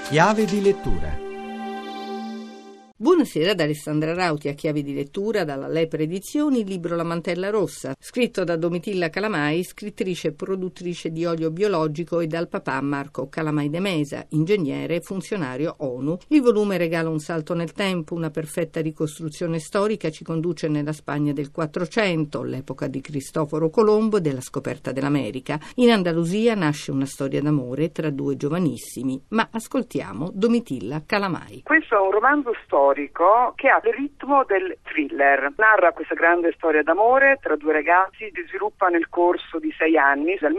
Chiave di lettura. Buonasera da Alessandra Rauti, a Chiave di lettura dalla Lepre Edizioni, il libro La Mantella Rossa, scritto da Domitilla Calamai, scrittrice e produttrice di olio biologico, e dal papà Marco Calamai de Mesa, ingegnere e funzionario ONU. Il volume regala un salto nel tempo, una perfetta ricostruzione storica, ci conduce nella Spagna del 400, l'epoca di Cristoforo Colombo e della scoperta dell'America. In Andalusia nasce una storia d'amore tra due giovanissimi, ma ascoltiamo Domitilla Calamai. Questo è un romanzo storico che ha il ritmo del thriller. Narra questa grande storia d'amore tra due ragazzi, si sviluppa nel corso di 6 anni, dal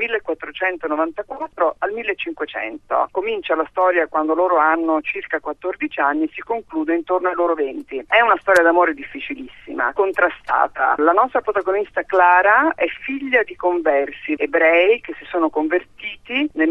1494 al 1500. Comincia la storia quando loro hanno circa 14 anni e si conclude intorno ai loro 20. È una storia d'amore difficilissima, contrastata. La nostra protagonista Clara è figlia di conversi ebrei che si sono convertiti nel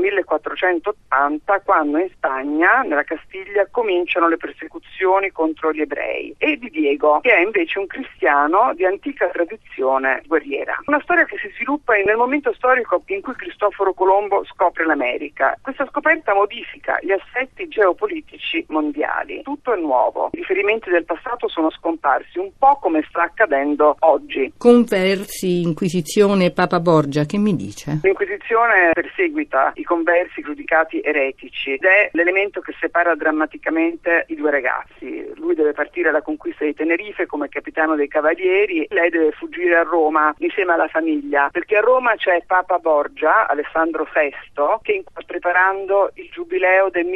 1480, quando in Spagna, nella Castiglia, cominciano le persecuzioni contro gli ebrei, e di Diego, che è invece un cristiano di antica tradizione guerriera. Una storia che si sviluppa nel momento storico in cui Cristoforo Colombo scopre l'America. Questa scoperta modifica gli assetti geopolitici mondiali. Tutto è nuovo. I riferimenti del passato sono scomparsi, un po' come sta accadendo oggi. Conversi, Inquisizione, Papa Borgia, che mi dice? L'Inquisizione perseguita i conversi giudicati eretici ed è l'elemento che separa drammaticamente i due ragazzi. Lui deve partire alla conquista di Tenerife come capitano dei cavalieri, lei deve fuggire a Roma insieme alla famiglia, perché a Roma c'è Papa Borgia, Alessandro VI, che sta preparando il giubileo del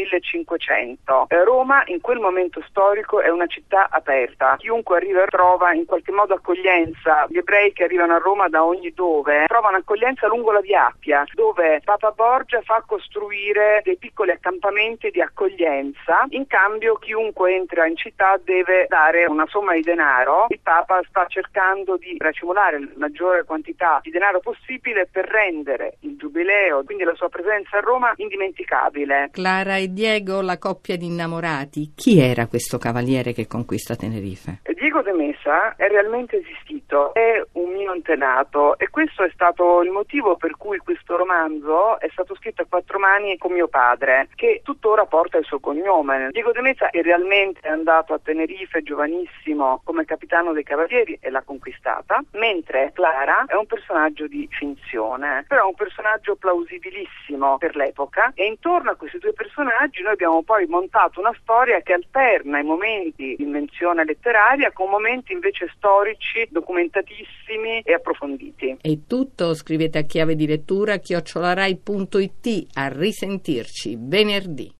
1500. Roma in quel momento storico è una città aperta, chiunque arriva trova in qualche modo accoglienza. Gli ebrei che arrivano a Roma da ogni dove trovano accoglienza lungo la Via Appia, dove Papa Borgia fa costruire dei piccoli accampamenti di accoglienza. In cambio chiunque entra in città deve dare una somma di denaro. Il Papa sta cercando di racimolare la maggiore quantità di denaro possibile per rendere il giubileo, quindi la sua presenza a Roma, indimenticabile. Clara e Diego, la coppia di innamorati. Chi era questo cavaliere che conquista Tenerife? Diego de Mesa è realmente esistito, è un mio antenato, e questo è stato il motivo per cui questo romanzo è stato scritto a 4 mani con mio padre, che tuttora porta il suo cognome. Diego de Mesa è realmente andato a Tenerife giovanissimo come capitano dei cavalieri e l'ha conquistata, mentre Clara è un personaggio di finzione, però è un personaggio plausibilissimo per l'epoca, e intorno a questi due personaggi noi abbiamo poi montato una storia che alterna i momenti di invenzione letteraria con momenti invece storici, documentatissimi e approfonditi. È tutto, scrivete a chiave di lettura @rai.it. A risentirci venerdì.